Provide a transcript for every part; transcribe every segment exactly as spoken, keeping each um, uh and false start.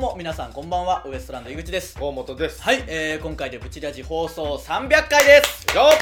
も皆さんこんばんは、ウエストランド井口です。 大本です。 はい、えー、今回でブチラジ放送さんびゃっかいです。 よっ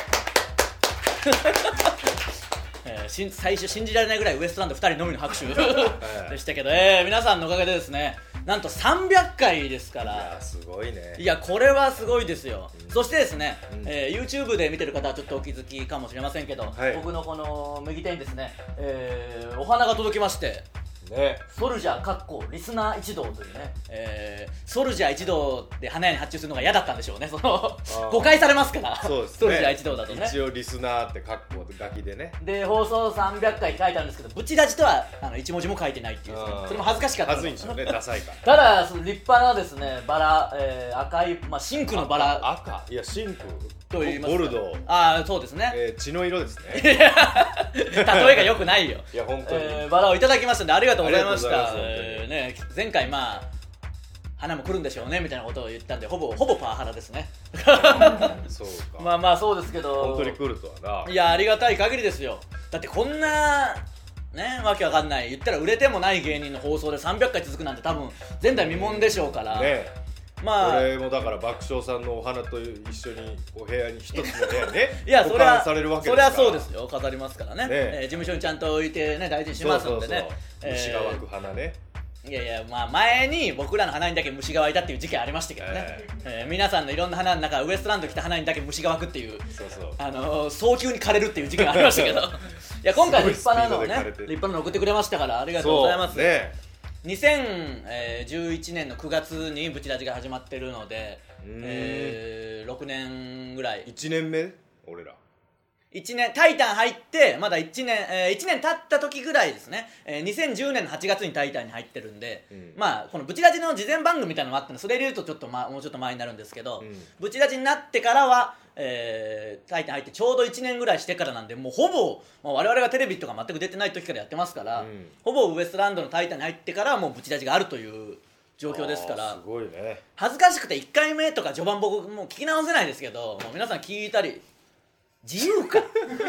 えー、し最初信じられないぐらいウエストランドふたりのみの拍手でしたけど、えー、皆さんのおかげでですね、なんとさんびゃっかいですから。 いやすごいね。 いやこれはすごいですよ、うん、そしてですね、うん、えー、YouTube で見てる方はちょっとお気づきかもしれませんけど、はい、僕のこの右手にですね、えー、お花が届きましてね、ソルジャーかっこリスナー一同というね、えー、ソルジャー一同で花屋に発注するのが嫌だったんでしょうね。その誤解されますから。 そうですね、 ソルジャー一同だとね、 一応リスナーってかっこ書きでね、 で放送さんびゃっかいって書いてあるんですけど、ブチラジとはあの一文字も書いてないっていうですね、それも恥ずかしかった。 恥ずいんですよね、ダサいから。 ただその立派なですねバラ、えー、赤い、まあ、真紅のバラ、 赤、赤いや真紅と言いますボルドー、 ああそうですね、 えー、血の色ですね。 例えが良くないよ。 いや本当に、 えー、バラをいただきましたんでありがとうございました。えーね、前回まあ花も来るんでしょうねみたいなことを言ったんで、ほぼほぼパワハラですね。 そうか。 まあまあそうですけど、 本当に来るとはな。 いやありがたい限りですよ。だってこんなね、わけわかんない、言ったら売れてもない芸人の放送でさんびゃっかい続くなんて多分前代未聞でしょうから、 ね、 まあ俺もだから爆笑さんのお花と一緒にお部屋に一つの部屋にねいやそれは保管されるわけですから。 それはそうですよ、飾りますからね、ね、えー、事務所にちゃんと置いてね大事にしますんでね。 虫が湧く花ね。 いやいや、まあ前に僕らの花にだけ虫が湧いたっていう事件ありましたけどね、えーえー、皆さんのいろんな花の中ウエストランド来た花にだけ虫が湧くっていう、そうそう、あのー、早急に枯れるっていう事件ありましたけどいや今回立派なのをね、立派なの送ってくれましたからありがとうございます。ね、にせんじゅういちねんのくがつにブチラジが始まってるので、えー、ろくねんぐらい、 いちねんめ俺らいちねん、タイタン入ってまだいちねん、えー、いちねん経った時ぐらいですね、えー、にせんじゅうねんのはちがつにタイタンに入ってるんで、うん、まあこのブチラジの事前番組みたいなのもあったので、それ入れるとちょっと、ま、もうちょっと前になるんですけど、うん、ブチラジになってからは、えー、タイタン入ってちょうどいちねんぐらいしてからなんで、もうほぼ、まあ、我々がテレビとか全く出てない時からやってますから、うん、ほぼウエストランドのタイタンに入ってからはもうブチラジがあるという状況ですから、 すごいね、 恥ずかしくていっかいめとか序盤僕もう聞き直せないですけど、もう皆さん聞いたり自由か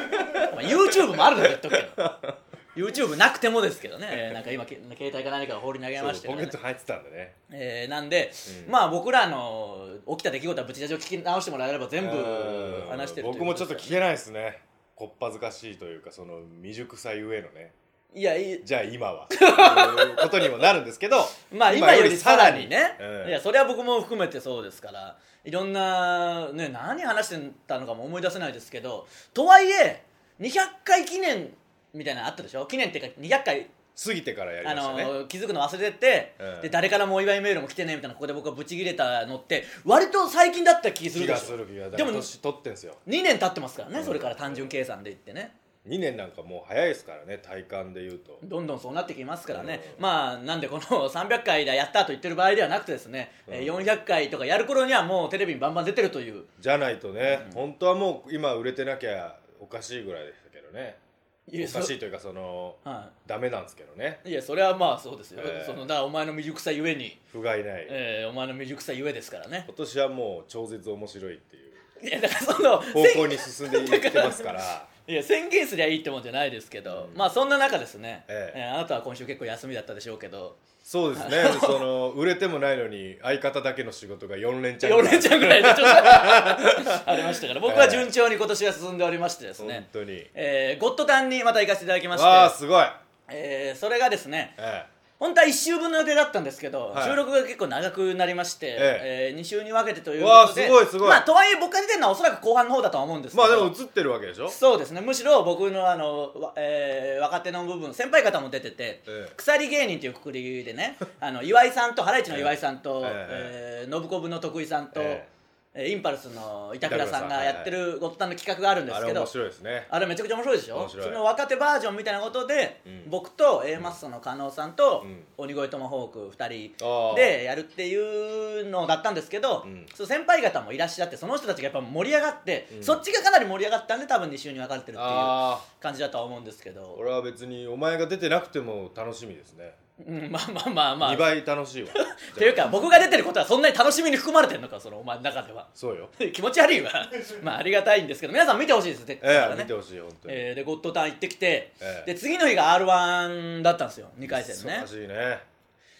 YouTube もあるの言っとくけどYouTube なくてもですけどね、えー、なんか今携帯か何かを放り投げまして、ね、 ポケット入ってたんだね、 えー、なんで、うん、まあ僕らの起きた出来事はブチラジを聞き直してもらえれば全部話してるということですからね。 僕もちょっと聞けないですね、こっぱずかしいというか、その未熟さゆえのね。 いやいじゃあ今はということにもなるんですけどまあ今よりさらにね、うん、いやそれは僕も含めてそうですから、いろんなね、何話してたのかも思い出せないですけど、とはいえにひゃっかい記念みたいなのあったでしょ。記念っていうかにひゃっかい過ぎてからやりましたね、 あの気づくの忘れてて、うん、で誰からもお祝いメールも来てねみたいな、ここで僕がブチギレたのって割と最近だった気するでしょ。 気がする気がでも年取ってんすよ。 にねん経ってますからね、うん、それから単純計算で言ってね、 にねんなんかもう早いですからね、体感で言うとどんどんそうなってきますからね、うん、まあなんでこのさんびゃっかいでやったと言ってる場合ではなくてですね、うん、よんひゃっかいとかやる頃にはもうテレビにバンバン出てるという、 じゃないとね、うん、本当はもう今売れてなきゃおかしいぐらいでしたけどね。おかしいというかその、はい、ダメなんですけどね。 いやそれはまあそうですよ、えー、そのだからお前の未熟さゆえに不甲斐ない、 えー、お前の未熟さゆえですからね。 今年はもう超絶面白いっていういやだからその方向に進んでいってますからいや宣言すりゃいいってもんじゃないですけど、うん、まあそんな中ですね、えええー、あなたは今週結構休みだったでしょうけど。 そうですねその売れてもないのに相方だけの仕事がよん連チャンよん連チャンぐらいでちょっとありましたから、僕は順調に今年は進んでおりましてですね、 本当に、 えー、ゴッドタンにまた行かせていただきまして、 わあすごい、 えー、それがですね、 ええ本当はいっ週分の予定だったんですけど、はい、収録が結構長くなりまして、えええー、に週に分けてということで、 わあすごいすごい、 まあとはいえ僕が出てるのはおそらく後半の方だとは思うんですけど、 まあでも映ってるわけでしょ。 そうですね、むしろ僕のあの、えー、若手の部分先輩方も出てて、ええ、鎖芸人というくくりでねあの岩井さんとハライチの岩井さんと、えええー、信子部の徳井さんと、ええインパルスの板倉さんがやってるゴッドタンの企画があるんですけど、 あれ面白いですね。 あれめちゃくちゃ面白いでしょ。その若手バージョンみたいなことで、うん、僕と A マッソの加納さんと、うん、鬼越トマホークふたりでやるっていうのだったんですけど、うん、その先輩方もいらっしゃって、その人たちがやっぱ盛り上がって、うん、そっちがかなり盛り上がったんで多分に週に分かれてるっていう感じだとは思うんですけど、 俺は別にお前が出てなくても楽しみですね。 うん、まあまあまあまあにばい楽しいわっていうか僕が出てることはそんなに楽しみに含まれてるのか、そのお前の中では。 そうよ気持ち悪いわまあありがたいんですけど、皆さん見てほしいですね、 ええ、見てほしい本当に、 えー、でゴッドタン行ってきて、ええ、で次の日が アールワン だったんですよ、にかい戦ね。 忙しいね。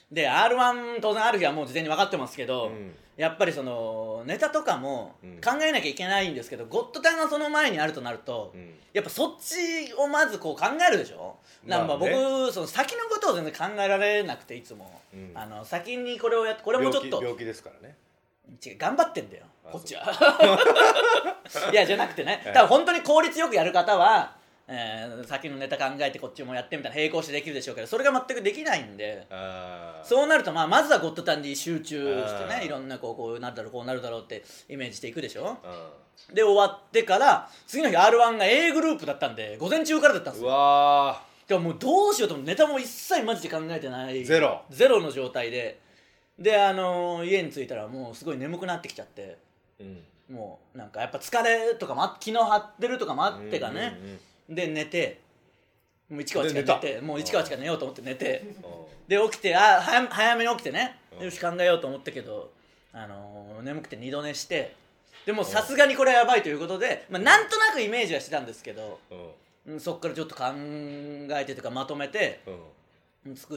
で アールワン 当然ある日はもう事前に分かってますけど、うん、やっぱりそのネタとかも考えなきゃいけないんですけど、うん、ゴッドタンがその前にあるとなると、うん、やっぱそっちをまずこう考えるでしょ。なんか僕、まあね、その先のことを全然考えられなくていつも、うん、あの先にこれをやってこれもちょっと病気、病気ですからね。 違う頑張ってんだよこっちはいやじゃなくてね、多分本当に効率よくやる方は、えー、先のネタ考えてこっちもやってみたいな並行してできるでしょうけど、それが全くできないんで、あそうなると、まあ、まずはゴッドタンに集中してね、いろんなこう、こうなるだろうこうなるだろうってイメージしていくでしょ。で終わってから次の日 アールワン が A グループだったんで午前中からだったんですよ。うわでももうどうしようと思ってネタも一切マジで考えてないゼロゼロの状態でで、あのー、家に着いたらもうすごい眠くなってきちゃって、うん、もうなんかやっぱ疲れとかも気の張ってるとかもあってかね、うんうんうん、で寝てもう一か八か寝てもう一か八か寝ようと思って寝てで起きてあ 早, 早めに起きてねよし考えようと思ったけど、あのー、眠くて二度寝してでもさすがにこれはやばいということで、まあ、なんとなくイメージはしてたんですけど、うん、そっからちょっと考えてというかまとめて、うん、作って、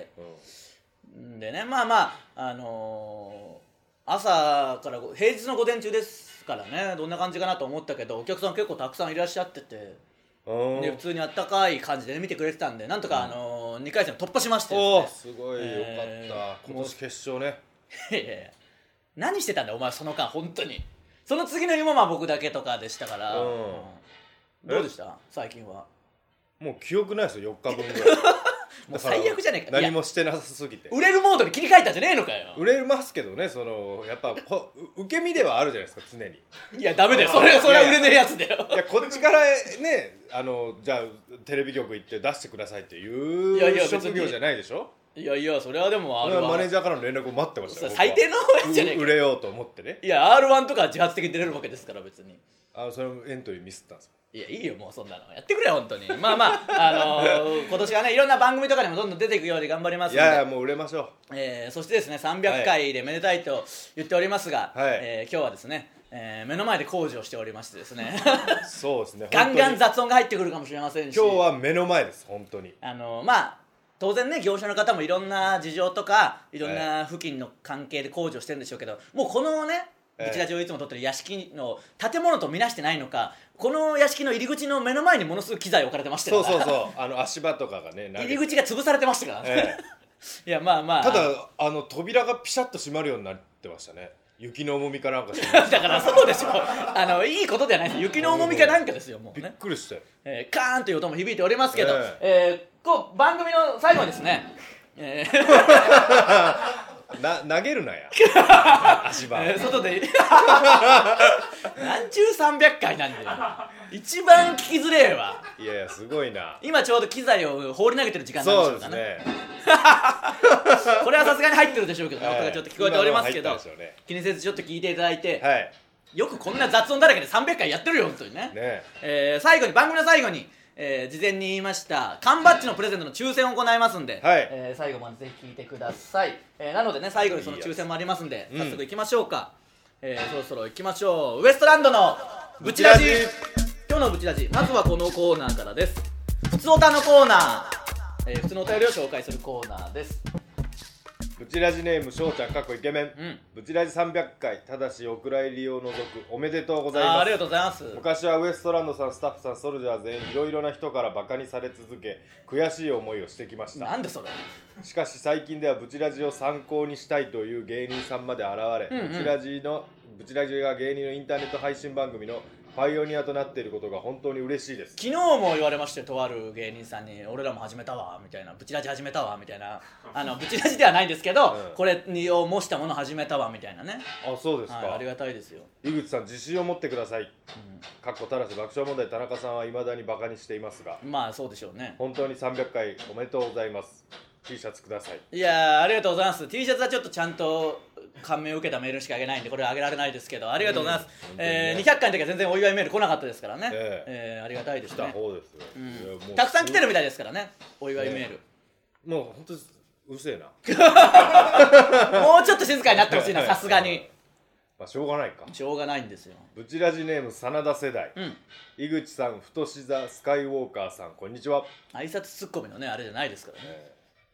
うん、でねまあまああのー、朝から平日の午前中ですからねどんな感じかなと思ったけどお客さん結構たくさんいらっしゃっててで普通にあったかい感じで、ね、見てくれてたんでなんとか、うん、あのー、にかい戦突破しましてですね。おすごい、えー、よかった今年決勝ねいやいや何してたんだよお前その間本当にその次の日もまあ僕だけとかでしたから、うん、どうでした最近は。 もう記憶ないですよよっかぶんぐらいもう最悪じゃねえか。 何もしてなさすぎて売れるモードに切り替えたんじゃねえのかよ。 売れますけどねそのやっぱ受け身ではあるじゃないですか常に。 いやダメだよそれそれは売れねえやつだよ。 いやこっちからねあのじゃあテレビ局行って出してくださいっていう職業じゃないでしょ。 いやいやそれはでも アールワンマネージャーからの連絡を待ってましたよ。 最低のやつじゃねえか。 売れようと思ってね。 いや アールワン とか自発的に出れるわけですから別に。 あそれエントリーミスったんですよ。 いやいいよもうそんなのやってくれよ本当にまあまあ、あのー、今年はねいろんな番組とかにもどんどん出ていくように頑張りますので。 いやいやもう売れましょう、 えー、そしてですねさんびゃっかいでめでたいと言っておりますが、はいえー、今日はですね、えー、目の前で工事をしておりましてですねそうですねガンガン雑音が入ってくるかもしれませんし今日は目の前です本当に。 あのー、まあ当然ね業者の方もいろんな事情とかいろんな付近の関係で工事をしてるんでしょうけど、もうこのねブチラジをいつも撮ってる屋敷の建物と見なしてないのかこの屋敷の入り口の目の前にものすごい機材置かれてましたからそうそうそうあの足場とかがね入り口が潰されてましたから、ええ、いやまあまあただあの扉がピシャッと閉まるようになってましたね雪の重みかなんかだからそうでしょあのいいことではないです雪の重みかなんかですよもう、ね、 びっくりして、 えー、カーンという音も響いておりますけど、ええー、こう番組の最後はですね、えーな投げるなや足場、 えー、外で何中さんびゃっかいなんだよ一番聞きづれえわ。 いやいやすごいな今ちょうど機材を放り投げてる時間なんでしょうかね。 そうですねこれはさすがに入ってるでしょうけど、音がちょっと聞こえておりますけど、ね、気にせずちょっと聞いていただいて、はい、よくこんな雑音だらけでさんびゃっかいやってるよ本当に ね, ね、えー、最後に番組の最後にえー、事前に言いました缶バッジのプレゼントの抽選を行いますんで、はいえー、最後までぜひ聞いてください、えー、なのでね最後にその抽選もありますんで早速いきましょうか、うんえー、そろそろいきましょう。ウエストランドのブチラジ。今日のブチラジまずはこのコーナーからです。ふつおたのコーナー、えー、普通のお便りを紹介するコーナーです。 ブチラジネームしょうちゃんかっこイケメン、うん、ブチラジさんびゃっかいただしお蔵入りを除くおめでとうございます。 あ, ありがとうございます。 昔はウエストランドさんスタッフさんソルジャー全員いろいろな人からバカにされ続け悔しい思いをしてきました。 なんでそれ。 しかし最近ではブチラジを参考にしたいという芸人さんまで現れ、うんうん、ブチラジのブチラジが芸人のインターネット配信番組のパイオニアとなっていることが本当に嬉しいです。 昨日も言われましてとある芸人さんに俺らも始めたわみたいなブチラジ始めたわみたいなあのブチラジではないんですけど、うん、これを模したもの始めたわみたいなね。 あそうですか、 はい、ありがたいですよ。 井口さん自信を持ってください、うん、かっこただし爆笑問題田中さんはいまだにバカにしていますがまあそうでしょうね。 本当にさんびゃっかいおめでとうございます。 T シャツください。 いやありがとうございます。 T シャツはちょっとちゃんと感銘を受けたメールしかあげないんでこれはあげられないですけどありがとうございます、うんえー、にひゃっかいの時は全然お祝いメール来なかったですからね、えーえー、ありがたいですね。 来た方ですよ、 うん、たくさん来てるみたいですからねお祝いメール、 えー、もう本当にうるせえなもうちょっと静かになってほしいなさすがに。 まあしょうがないか。 しょうがないんですよ。 ブチラジネーム真田世代、うん、井口さん太志座スカイウォーカーさんこんにちは。 挨拶ツッコミのねあれじゃないですからね、えー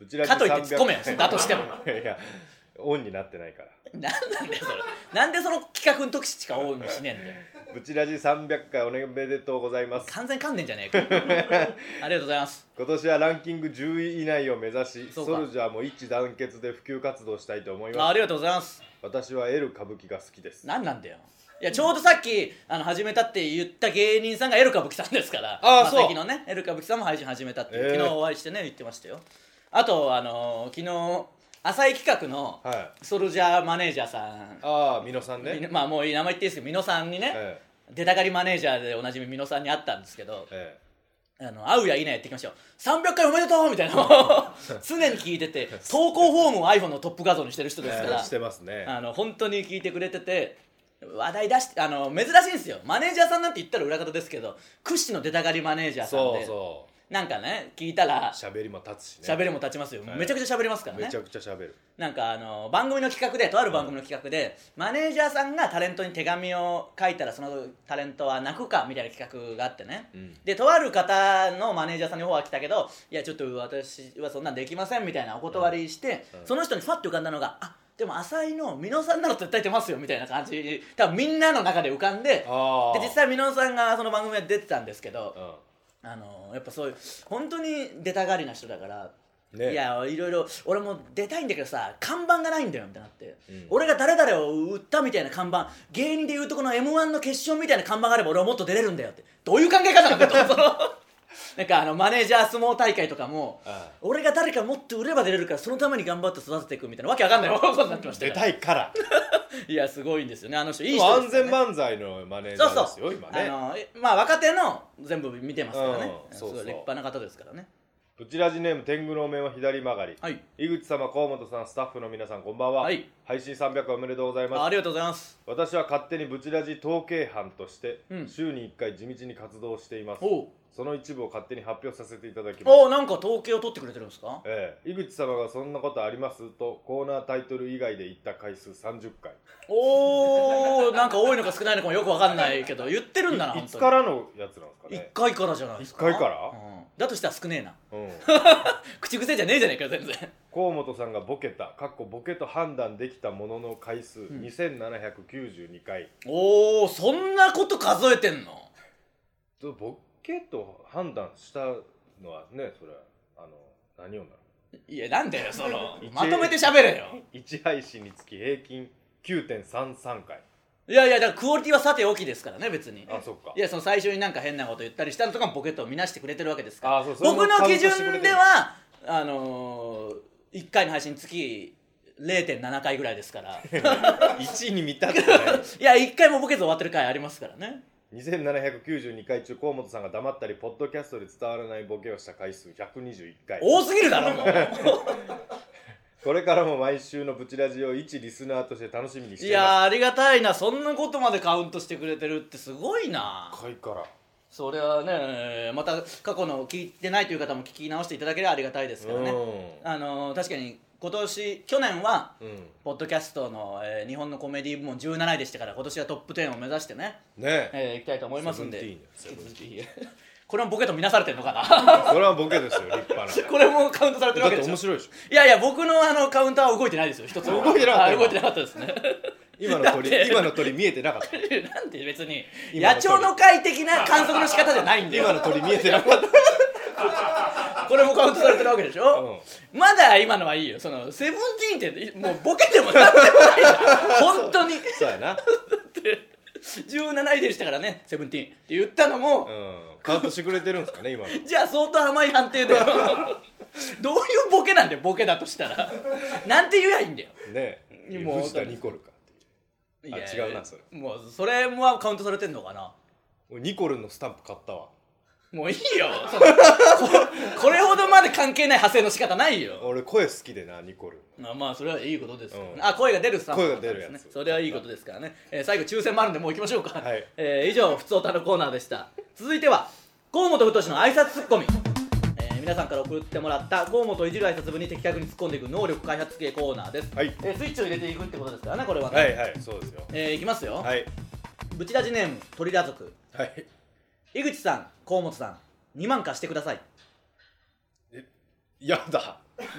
ブチラジかといって突っ込めよだとしてもいやオンになってないからなんなんだよそれなんでその企画の時しかオンにしねえんだよブチラジさんびゃっかいおめでとうございます。 完全噛んでんじゃねえかありがとうございます。 今年はランキングじゅうい以内を目指しソルジャーも一致団結で普及活動したいと思います。 あ, ありがとうございます。 私は L 歌舞伎が好きです。 なんなんだよ。いやちょうどさっきあの始めたって言った芸人さんが L 歌舞伎さんですから。 ああそう。 昨日ね L 歌舞伎さんも配信始めたって、えー、昨日お会いしてね言ってましたよ。あとあのー、昨日浅井企画のソルジャーマネージャーさん、はい、 ああ美濃さんね。 まあもう名前言っていいですけど美濃さんにね、えー、出たがりマネージャーでおなじみ美濃さんに会ったんですけど、えー、あの会うやいないやってきましょうさんびゃっかいおめでとうみたいなのを常に聞いてて投稿フォームを iPhone のトップ画像にしてる人ですから、えー、 してますね。あの本当に聞いてくれてて話題出してあの珍しいんですよ。マネージャーさんなんて言ったら裏方ですけど屈指の出たがりマネージャーさんで、そうそうなんかね聞いたら喋りも立つしね。 喋りも立ちますよ、はい、めちゃくちゃ喋りますからね。 めちゃくちゃ喋る。 なんかあの番組の企画でとある番組の企画で、うん、マネージャーさんがタレントに手紙を書いたらそのタレントは泣くかみたいな企画があってね、うん、でとある方のマネージャーさんの方は来たけどいやちょっと私はそんなんできませんみたいなお断りして、うんうん、その人にファッと浮かんだのがあでも浅井の美濃さんなら絶対出ますよみたいな感じ多分みんなの中で浮かんでで実際美濃さんがその番組は出てたんですけど、うん、あのやっぱそういう本当に出たがりな人だから、ね、いやいろいろ俺も出たいんだけどさ看板がないんだよみたいになって、うん、俺が誰々を売ったみたいな看板芸人でいうとこの エムワン の決勝みたいな看板があれば俺はもっと出れるんだよってどういう考え方なんだよなんかあのマネージャー相撲大会とかもああ俺が誰かもっと売れば出れるからそのために頑張って育てていくみたいなわけわかんないことになってましたから出たいからいやすごいんですよねあの人いい人ですよね。 安全漫才のマネージャーですよ。そうそう今ねあのまあ若手の全部見てますからね、うん、そうそうすごい立派な方ですからね。 ブチラジネーム天狗のお面は左曲がり、はい、井口様河本さんスタッフの皆さんこんばんは、はい、配信さんびゃっかいおめでとうございます。 あ, ありがとうございます。 私は勝手にブチラジ統計班として週にいっかい地道に活動しています、うん、その一部を勝手に発表させていただきます。 おなんか統計を取ってくれてるんですか。 ええ、井口様がそんなことありますとコーナータイトル以外で言った回数さんじゅっかい。 おーなんか多いのか少ないのかもよく分かんないけど言ってるんだな。 いつからのやつなんですかね。 いっかいからじゃないですか。 いっかいから、うん、 だとしたら少ねえな、うん、口癖じゃねえじゃねえか全然。 河本さんがボケたかっこボケと判断できたものの回数、うん、にせんななひゃくきゅうじゅうにかい。 おーそんなこと数えてんの。 ボケと判断したのはねそれはあの何をなる。 いやなんだよそのまとめて喋れよ。 いち配信につき平均 きゅうてんさんさん 回。 いやいやだからクオリティはさておきですからね別に。 あそっか。 いやその最初になんか変なこと言ったりしたのとかもボケと見なしてくれてるわけですから。あそうそう僕の基準ではあのー、いっかいの配信につき れいてんなな 回ぐらいですからいちいに満たってないいやいっかいもボケず終わってる回ありますからね。 にせんななひゃくきゅうじゅうにかい中河本さんが黙ったりポッドキャストで伝わらないボケをした回数ひゃくにじゅういっかい。 多すぎるだろもうこれからも毎週のブチラジを一リスナーとして楽しみにしています。 いやありがたいな。そんなことまでカウントしてくれてるってすごいな。 いっかいからそれはねまた過去の聞いてないという方も聞き直していただければありがたいですからね。あの確かに今年去年は、うん、ポッドキャストの、えー、日本のコメディ部門じゅうなないでしたから今年はトップじゅうを目指してねねえー、いきたいと思いますんで。これもボケと見なされてるのかなそれはボケですよ立派な。 これもカウントされてるわけでしょ。 だって面白いでしょ。 いやいや僕のあのカウンターは動いてないですよ一つも。 動いてなかった。 動いてなかったですね今の鳥今の鳥見えてなかったなんで別に野鳥の会的な観測の仕方じゃないんだよ。 今の鳥見えてなかったこれもカウントされてるわけでしょ、うん、まだ今のはいいよ。そのセブンティーンってもうボケてもなんでもないじゃん本当にそうやなじゅうなないでしたからねセブンティーンって言ったのも、うん、 カウントしてくれてるんですかね今のじゃあ相当甘い判定でどういうボケなんだよボケだとしたらなんて言えばいいんだよねえ藤田ニコルかっていう。あ違うなそれ。 もうそれもカウントされてんのかな。 ニコルのスタンプ買ったわ。 もういいよその こ, これほどまで関係ない派生の仕方ないよ。 俺声好きでなニコル。 まあ、まあそれはいいことです、うん、あ声が出るスタンプ、 声が出るやつ、 それはいいことですからね、えー、最後抽選もあるんでもう行きましょうか、 はいえー、以上ふつおたのコーナーでした。続いては河本太の挨拶ツッコミ、えー、皆さんから送ってもらった河本いじる挨拶文に的確に突っ込んでいく能力開発系コーナーです、 はいえー、スイッチを入れていくってことですからねこれはね。 はいはいそうですよ、 えー、いきますよ、 はい、 ブチラジネーム鳥ラ族、 はい、 井口さん河本さんにまん貸してください。 えやだ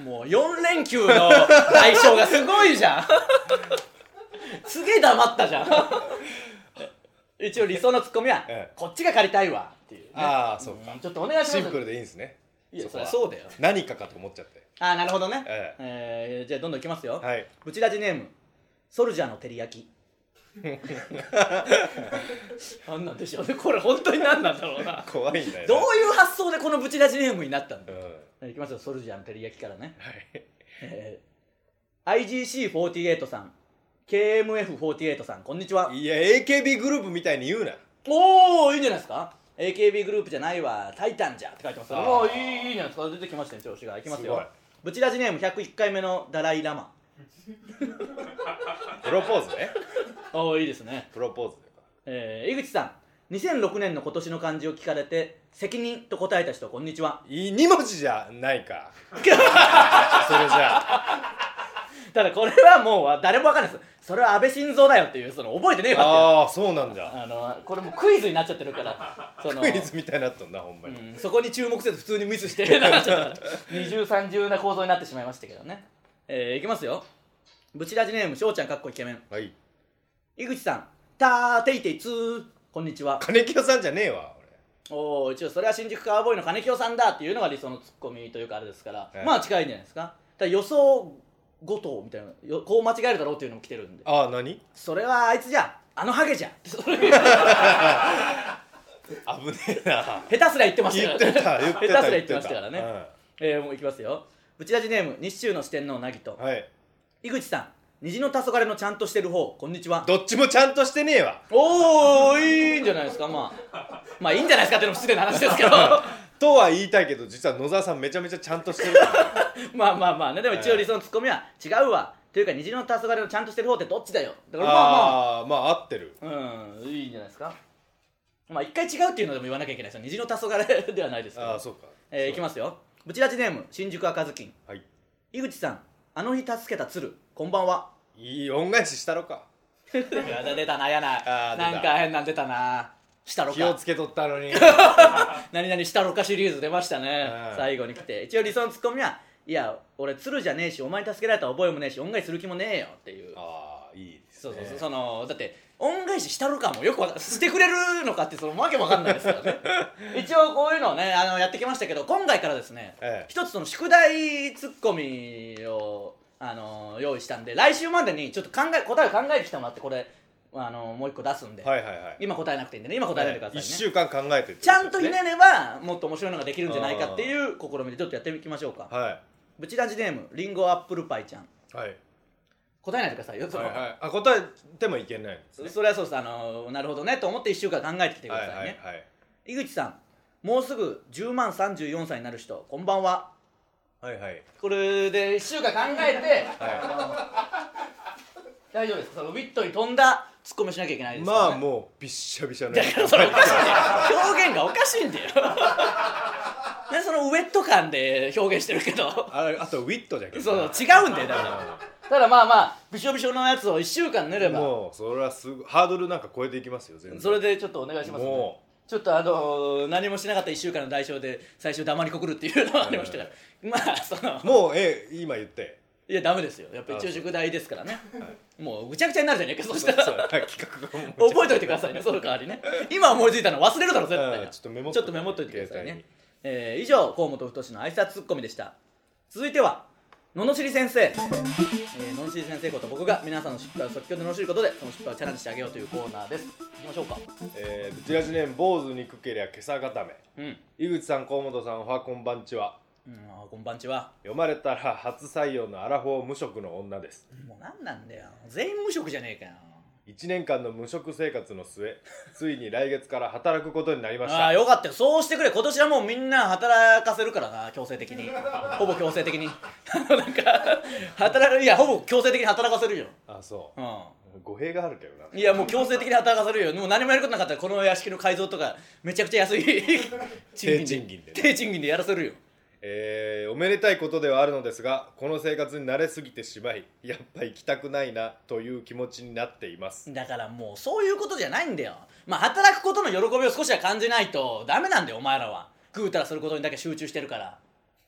もうよん連休の代償がすごいじゃんすげえ黙ったじゃん一応理想のツッコミは、ええ、こっちが借りたいわっていう、ね、 ああそうか、 うん、ちょっとお願いします。 シンプルでいいんですね。 いやそりゃそうだよ。 何かかと思っちゃって。 ああなるほどね、 えええー、じゃあどんどんいきますよ、 はい、 ブチラジネームソルジャーの照り焼き何なんでしょうねこれ本当に何なんだろうな怖いんだよ、ね、 どういう発想でこのブチラジネームになったんだ、うん、いきますよソルジャーの照り焼きからね、はいえー、アイジーシーフォーティーエイト さん ケーエムエフフォーティーエイト さんこんにちは。 いや エーケービー グループみたいに言うな。 おおいいんじゃないですか。 エーケービー グループじゃないわタイタンじゃって書いてます。もういいいいじゃないですか。出てきましたね調子が。いきますよ。ブチラジネームひゃくいっかいめのダライラマプロポーズね。 おおいいですね。 プロポーズ、 えー、井口さんにせんろくねんの今年の漢字を聞かれて責任と答えた人こんにちは。 いいに文字じゃないかそれじゃあただこれはもう誰もわかんないです。それは安倍晋三だよっていうその覚えてねえわって。 ああそうなんだ。 あのこれもうクイズになっちゃってるからそのクイズみたいになったんだほんまに、 うん、そこに注目せず普通にミスしてなっちゃった二重三重な構造になってしまいましたけどね。えー、いきますよ。ブチラジネームしょうちゃんかっこイケメン。 はい。 井口さんたーていていつーこんにちは。 金清さんじゃねえわ俺。おお一応それは新宿カウボーイの金清さんだっていうのが理想のツッコミというかあれですから、はい、まあ近いんじゃないですか。ただ予想ごとみたいなよこう間違えるだろうっていうのも来てるんで。 ああ何それはあいつじゃあのハゲじゃん危ねえな下手すら言ってましたからね。言ってた言ってた下手すら言ってましたからね、 うん、 えー、もういきますよ。ブチラジネーム日中の四天王なぎと、 はい、 井口さん虹の黄昏のちゃんとしてる方こんにちは。 どっちもちゃんとしてねえわ。 おおいいんじゃないですか。まあまあいいんじゃないですかっていうのも失礼な話ですけどとは言いたいけど実は野沢さんめちゃめちゃちゃんとしてるまあまあまあね。でも一応理想のツッコミは違うわというか虹の黄昏のちゃんとしてる方ってどっちだよ。だからまあまあああまあ合ってる。 うんいいんじゃないですか。まあ一回違うっていうのでも言わなきゃいけないですよ。虹の黄昏ではないですけど。 ああそうか。 えー、いきますよ。ブチラジネーム新宿赤ずきん。 はい。 井口さんあの日助けた鶴こんばんは。 いい恩返ししたろか出たなやななんか変なん出たな。したろか気をつけとったのに何々したろかシリーズ出ましたね。最後に来て一応理想のツッコミはいや俺鶴じゃねえしお前に助けられた覚えもねえし恩返しする気もねえよっていう。 ああいいですね。 そうそうそうそのだって恩返ししたろかもよくわかしてくれるのかってそのわけわかんないですからね一応こういうのをねあのやってきましたけど今回からですね、ええ、一つその宿題ツッコミをあの用意したんで来週までにちょっと考え答えを考えてきてもらってこれあのもう一個出すんで、 はいはいはい、今答えなくていいんでね。今答えないでくださいね。 いっしゅうかん考えてって、ね、 ちゃんとひねればもっと面白いのができるんじゃないかっていう試みでちょっとやっていきましょうか。 はい。 ブチラジネームリンゴアップルパイちゃん。 はい。 答えないでくださいよ。 はいはい、あ答えてもいけないんですね。 それはそうです。あのなるほどねと思っていっしゅうかん考えてきてくださいね。はいはいはい、井口さんもうすぐじゅうまんさんじゅうよんさいになる人こんばんは。 はいはい。 これでいっしゅうかん考えて、はい、大丈夫です。そのウィットに飛んだツッコミしなきゃいけないですから、ね、 まあもうびっしゃびしゃなだからそれおかしいんだよ表現がおかしいんだよね、そのウェット感で表現してるけどあ, あとウィットじゃけどそう違うんだよだからただまあまあびしょびしょのやつをいっしゅうかん塗ればもうそれはすぐハードルなんか超えていきますよ全然。 それでちょっとお願いします、ね、もうちょっとあの何もしなかったいっしゅうかんの代償で最初黙りこくるっていうのはありましたから、うん、まあそのもうえ今言っていやダメですよやっぱ一応宿題ですからね、はい、もうぐちゃぐちゃになるじゃねえかそしたらそうそう企画が覚えといてくださいねその代わりね今思いついたの忘れるだろ絶対ちょっとメモっちょっとメモっといてくださいね、えー、以上河本太の挨拶ツッコミでした。続いてはののしり先生、えー、ののしり先生こと僕が皆さんの失敗を即興で罵ることでその失敗をチャレンジしてあげようというコーナーです。いきましょうか。 えー、ブチラジネーム坊主憎けりゃ今朝固め、うん、井口さん河本さんおはこんばんちは。 うん、あこんばんちは。 読まれたら初採用のアラフォー無職の女です。 もうなんなんだよ全員無職じゃねえかよ。 いちねんかんの無職生活の末ついに来月から働くことになりました。 ああよかったよそうしてくれ。今年はもうみんな働かせるからな強制的にほぼ強制的になんか働くいやほぼ強制的に働かせるよ。 あそう、 うん、 語弊があるけどな。 いやもう強制的に働かせるよ。もう何もやることなかったらこの屋敷の改造とかめちゃくちゃ安い低賃金で、ね、 低賃金でやらせるよ。 えー、おめでたいことではあるのですがこの生活に慣れすぎてしまいやっぱ行きたくないなという気持ちになっています。 だからもうそういうことじゃないんだよ。まあ働くことの喜びを少しは感じないとダメなんだよお前らは。ぐうたらすることにだけ集中してるから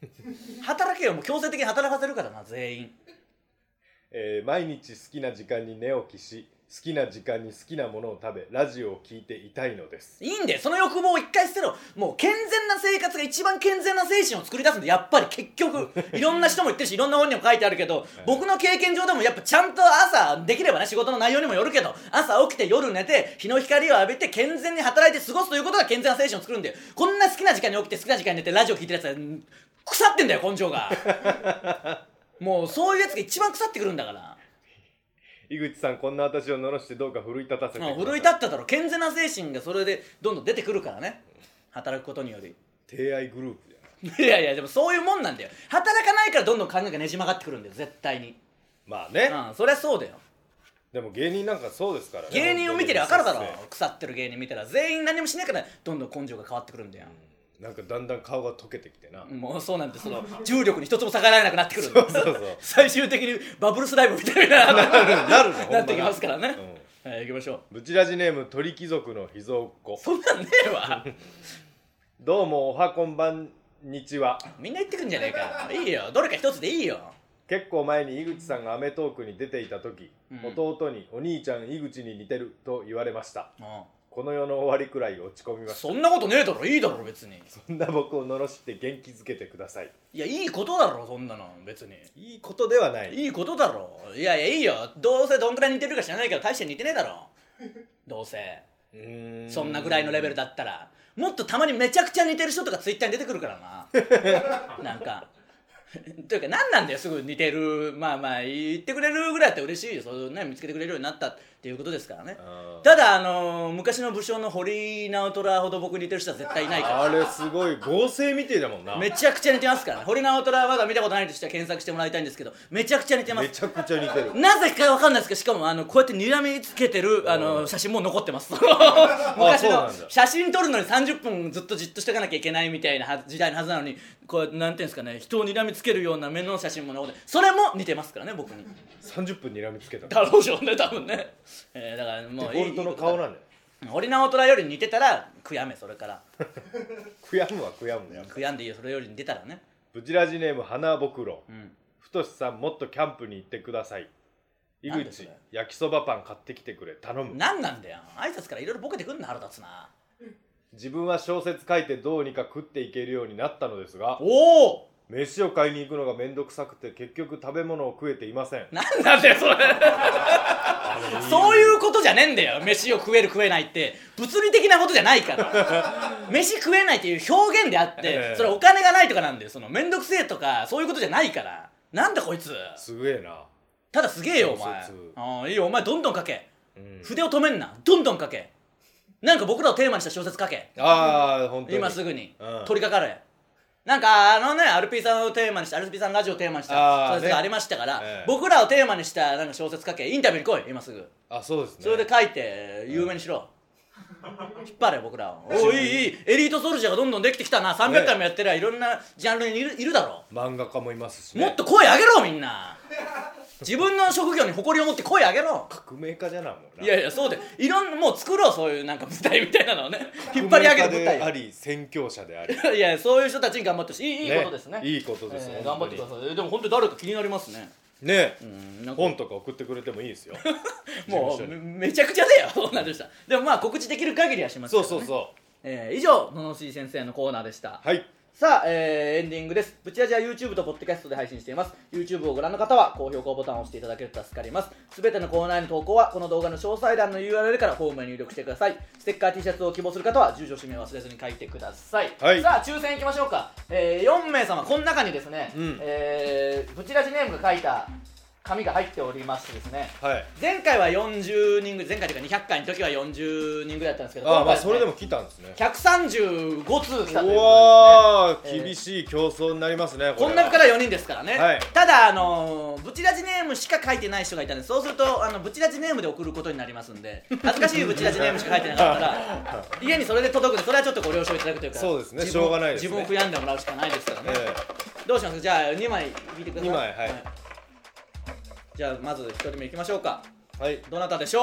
働けよ、もう強制的に働かせるからな全員。 えー毎日好きな時間に寝起きし、好きな時間に好きなものを食べ、ラジオを聞いていたいのです。 いいんだよ、その欲望を一回捨てろ。もう健全な生活が一番健全な精神を作り出すんで、やっぱり結局いろんな人も言ってるし、いろんな本にも書いてあるけど、僕の経験上でもやっぱちゃんと朝できればね、仕事の内容にもよるけど、朝起きて夜寝て日の光を浴びて健全に働いて過ごすということが健全な精神を作るんだよ。こんな好きな時間に起きて好きな時間に寝てラジオ聞いてるやつは腐ってんだよ、根性がもうそういうやつが一番腐ってくるんだから。 井口さん、こんな私を罵してどうか奮い立たせてください。 奮い立っただろ。健全な精神がそれでどんどん出てくるからね、働くことにより。 提愛グループじゃない。 いやいや、でもそういうもんなんだよ。働かないからどんどん考えがねじ曲がってくるんだよ、絶対に。 まあね、 うん、そりゃそうだよ。 でも芸人なんかそうですからね。 芸人を見てりゃ分かるだろ。腐ってる芸人見たら全員何もしないからどんどん根性が変わってくるんだよ、 うん、なんかだんだん顔が溶けてきてな。 もうそうなんて、その重力に一つも逆らえなくなってくるんだよ。 そうそうそう最終的にバブルスライムみたいななるのなってきますからね、 うん、 はい、行きましょう。ブチラジネーム鳥貴族の秘蔵っ子。 そんなんねえわどうもおはこんばんにちは。 みんな言ってくんじゃねえか。いいよ、どれか一つでいいよ。 結構前に井口さんがアメトークに出ていた時、うん、弟にお兄ちゃん井口に似てると言われました。うん、この世の終わりくらい落ち込みました。 そんなことねえだろ、いいだろ別に。 そんな僕を罵って元気づけてください。 いや、いいことだろ、そんなの別に。 いいことではない。 いいことだろ。いやいや、いいよ。どうせどんくらい似てるか知らないけど大して似てねえだろどうせ。うーん、そんなぐらいのレベルだったら。もっとたまにめちゃくちゃ似てる人とかツイッターに出てくるからななんかというか何なんだよ、すぐ似てる、まあまあ言ってくれるぐらいだったら嬉しいよ。そう、ね、見つけてくれるようになったっていうことですからね。ただあのー、昔の武将の堀直虎ほど僕に似てる人は絶対いないから。 あれすごい合成みてえだもんな。 めちゃくちゃ似てますからね。堀直虎はまだ見たことないとしては検索してもらいたいんですけど、めちゃくちゃ似てます。 めちゃくちゃ似てる。 なぜかわかんないですけど、しかもあのこうやって睨みつけてるあの写真も残ってます昔の写真撮るのにさんじゅっぷんずっとじっとしていかなきゃいけないみたいな時代のはずなのに、こうなんていうんですかね、人を睨みつけるような目の写真も残って、それも似てますからね、僕に。 さんじゅっぷん睨みつけただろうしょうね、多分ね、えー、だからもうデフォルトの顔なんだよ。 堀直虎より似てたら悔やめ、それから悔やむは悔やむね。 悔やんでいいよ、それより似てたらね。 ブチラジネーム花ぼくろ、 うん、 太さんもっとキャンプに行ってください。井口、焼きそばパン買ってきてくれ、頼む。 なんなんだよ、挨拶からいろいろボケてくんの腹立つな。 自分は小説書いてどうにか食っていけるようになったのですが、 おお、 飯を買いに行くのがめんどくさくて結局食べ物を食えていません。 なんなんだよそれそういうことじゃねえんだよ。飯を食える食えないって物理的なことじゃないから飯食えないっていう表現であって、えー、それお金がないとかなんだよ。そのめんどくせえとかそういうことじゃないから。なんだこいつすげえな。 ただすげえよお前。ああいいよ、お前どんどん書け、うん、筆を止めんな、どんどん書け。なんか僕らをテーマにした小説書け。 ああ本当に今すぐに、うん、取り掛かれ。なんかあのね、アルピーさんをテーマにした、アルピーさんラジオをテーマにした小説がありましたから、ねええ、僕らをテーマにしたなんか小説書け。インタビューに来い今すぐ。 あ、そうですね。 それで書いて有名にしろ、うん、引っ張れ僕らを。おいいいい、エリートソルジャーがどんどんできてきたな。さんびゃっかいもやってりゃいろんなジャンルにいる、いるだろ。 漫画家もいますし、ね、 もっと声上げろみんな自分の職業に誇りを持って声上げろ。 革命家じゃなもんな。 いやいやそうで、いろんなもう作ろう、そういうなんか舞台みたいなのをね引っ張り上げる舞台であり宣教者でありいやそういう人たちに頑張ってほしい。いいことですね。 いいことです、 えー、頑張ってください。でも本当に誰か気になりますね。 ねえ、うん、本とか送ってくれてもいいですよもうめちゃくちゃだよそうなんでした。でもまあ告知できる限りはしますからね。 そうそうそう、 えー、以上ののしい先生のコーナーでした。 はい。 さあ、えー、エンディングです。ブチラジは YouTube と Podcast で配信しています。 YouTube をご覧の方は高評価ボタンを押していただけると助かります。すべてのコーナーへの投稿はこの動画の詳細欄の ユーアールエル からフォームへ入力してください。ステッカー T シャツを希望する方は住所氏名を忘れずに書いてください、はい、さあ抽選いきましょうか。えー、よんめいさまこの中にですね、うん、えー、ブチラジネームが書いた紙が入っておりましてですね、はい、前回はよんじゅうにんぐらい、前回というかにひゃっかいの時はよんじゅうにんぐらいだったんですけど、 ああ、まあそれでも来たんですね。 ひゃくさんじゅうごつう来たということですね。 うわー、厳しい競争になりますね。 この中からよにんですからね、 はい、ただあのブチラジネームしか書いてない人がいたんで、そうするとあのブチラジネームで送ることになりますんで、恥ずかしいブチラジネームしか書いてなかったら家にそれで届くんで、それはちょっとご了承いただくというか、 そうですね、しょうがないですね。 自分を悔やんでもらうしかないですからね、えー、どうしますか。じゃあにまい引いてください。にまい、はい、はい。じゃあまずひとりめいきましょうか。はい。どなたでしょ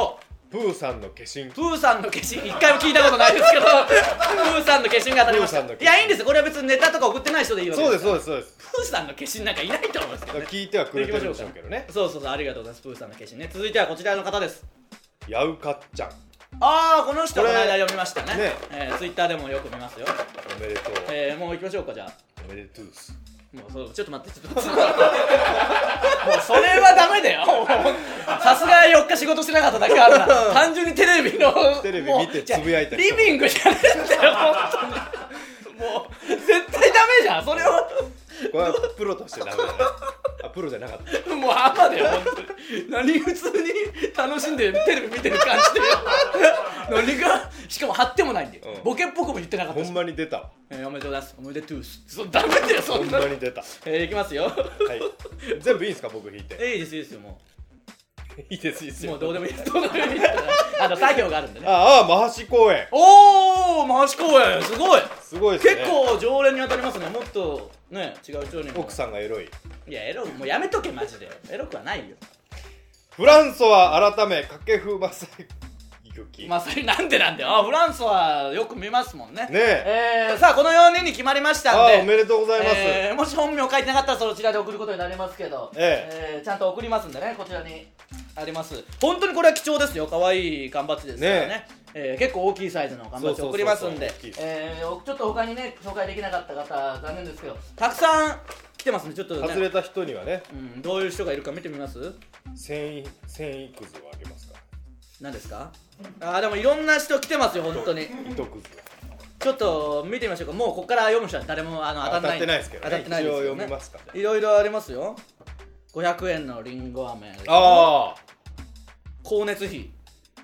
プーさんの化身。 プーさんの化身一回も聞いたことないですけどプーさんの化身が当たりました。いやいいんですよ、これは別にネタとか送ってない人でいいわけです。 そうですそうですそうです。 プーさんの化身なんかいないと思いますけど、ね、 聞いてはくれてるんでしょうけどね。 そうそうそう、ありがとうございます。プーさんの化身ね。続いてはこちらの方です。 ヤウカッちゃん。 ああ、この人この間読みましたね。 ね、 えー、ツイッターでもよく見ますよ。 おめでとう。 えー、もう行きましょうか。じゃあおめでとうす。 もうそうちょっと待ってちょっと待ってもうそれはダメだよ。さすがよっか仕事してなかっただけあるな。単純にテレビのテレビ見てつぶやいたリビングじゃねえんだよ本当に。もう絶対ダメじゃんそれは。 これはプロとしてダメだね。あ、プロじゃなかった。 もうアマだよ本当に。何普通に楽しんでテレビ見てる感じで何がしかも貼ってもないんで、うん、ボケっぽくも言ってなかったし。 ほんまに出た。 えー、おめでとうございます。おめでとうす。そダメだよそんな。 ほんまに出た。 えー、いきますよ。はい。 全部いいんですか僕弾いて。 えー、いいですいいですよもう。いいですいいですよ。 もうどうでもいいです。どうでもいいです。あの作業があるんでね。 ああ、マハシ公園。 おお、マハシ公園すごい。 すごいですね。 結構常連に当たりますね。もっとね違う人に。 奥さんがエロい。 いやエロもうやめとけマジで。エロくはないよ。 フランソは改め掛布正幸。 まさになんでなんだよ。あ、フランソはよく見ますもんね。 ねえ。 えー、さあこのよにんに決まりましたんで。 あ、おめでとうございます。 えー、もし本名書いてなかったらそちらで送ることになりますけど、 ええー、ちゃんと送りますんでね、こちらにあります。本当にこれは貴重ですよ。可愛い缶バッジですからね。ねえー、結構大きいサイズの缶バッジ送りますんで、えー、ちょっと他にね紹介できなかった方残念ですけどたくさん来てますね。ちょっとね外れた人にはね、 うん、どういう人がいるか見てみます。 繊維繊維くずをあげますか。 何ですか。あーでもいろんな人来てますよ本当に。 糸くずちょっと見てみましょうか。もうここから読む人は誰もあの当たんない。 当たってないですけどね。 当たってないですけどね。 一応読みますか。 いろいろありますよ。ごひゃくえんのりんご飴。 ああ。 光熱費。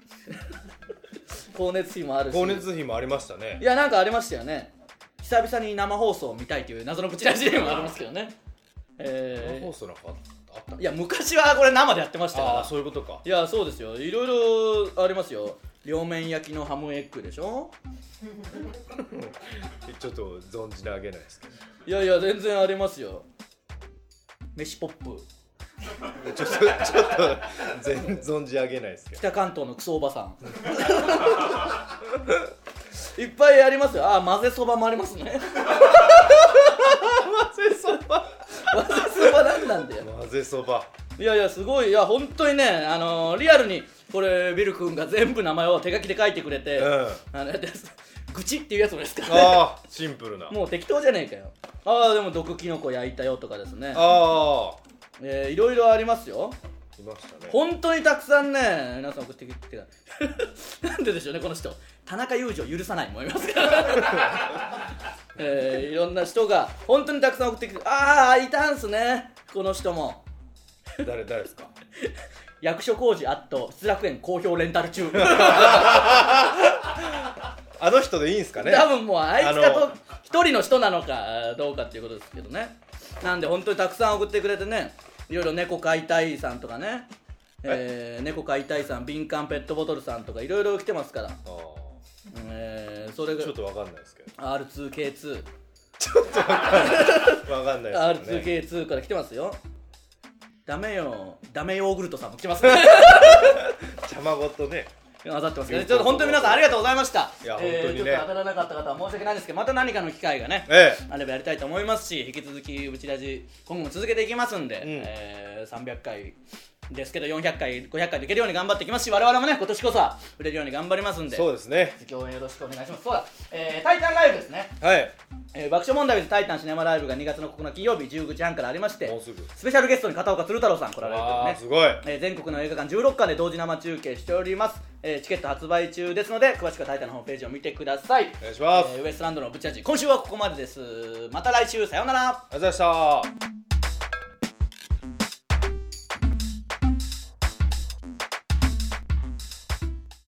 光熱費もあるし。 光熱費もありましたね。 いやなんかありましたよね。久々に生放送を見たいという謎のブチラジでもありますけどね。えー、 生放送なんかあった。 いや昔はこれ生でやってましたから。 ああそういうことか。 いやそうですよ。いろいろありますよ。両面焼きのハムエッグでしょ。 ちょっと存じ上げないですけど。 いやいや全然ありますよ。飯ポップ。 ちょっとちょっと全存じ上げないですけど。 北関東のクソおばさん。いっぱいありますよ。あ、混ぜそばもありますね。混ぜそば。混ぜそばなんなんだよ。 混ぜそば。 いやいやすごい。いや本当にね、あのー、リアルにこれビル君が全部名前を手書きで書いてくれて、うん、あの愚痴っていうやつですからね。 ああシンプルな。 もう適当じゃねえかよ。ああでも毒キノコ焼いたよとかですね。 ああ、 えー、いろいろありますよ。 いましたね。 本当にたくさんね皆さん送ってきてなんででしょうねこの人。田中裕二を許さないもいますから、えー、いろんな人が本当にたくさん送ってきて。ああいたんすねこの人も。 誰誰ですか。 役所工事あっと失楽園好評レンタル中。 あの人でいいんすかね。 多分もうあいつがと一人の人なのかどうかっていうことですけどね。なんで本当にたくさん送ってくれてね。いろいろ猫飼いたいさんとかね、えー、猫飼いたいさん、敏感ペットボトルさんとかいろいろ来てますから。あ、えー、それがちょっとわかんないですけどアールツーケーツーちょっとわかんないわかんないですけどね。 アールツーケーツー から来てますよ。ダメよダメヨーグルトさんも来てますね。 茶まごとね混ざってますね。ちょっと本当に皆さんありがとうございました。 いや、えー、本当にね、 ちょっと当たらなかった方は申し訳ないんですけど、また何かの機会がね、 ええ、 あればやりたいと思いますし、引き続きブチラジ今後も続けていきますんで、うん、えー、さんびゃっかいですけどよんひゃっかいごひゃっかいでいけるように頑張っていきますし、我々もね今年こそは売れるように頑張りますんで。 そうですね、 今日応援よろしくお願いします。そうだ、えー、タイタンライブですね。 はい、 えー、爆笑問題ズタイタンシネマライブがにがつのここのか金曜日じゅうくじはんからありまして、 もうすぐスペシャルゲストに片岡鶴太郎さん来られるというね。 すごい、 えー、全国の映画館じゅうろっかんで同時生中継しております。えー、チケット発売中ですので詳しくはタイタンのホームページを見てください。 お願いします。 えー、ウエストランドのブチラジ今週はここまでです。また来週さようなら。 ありがとうございました。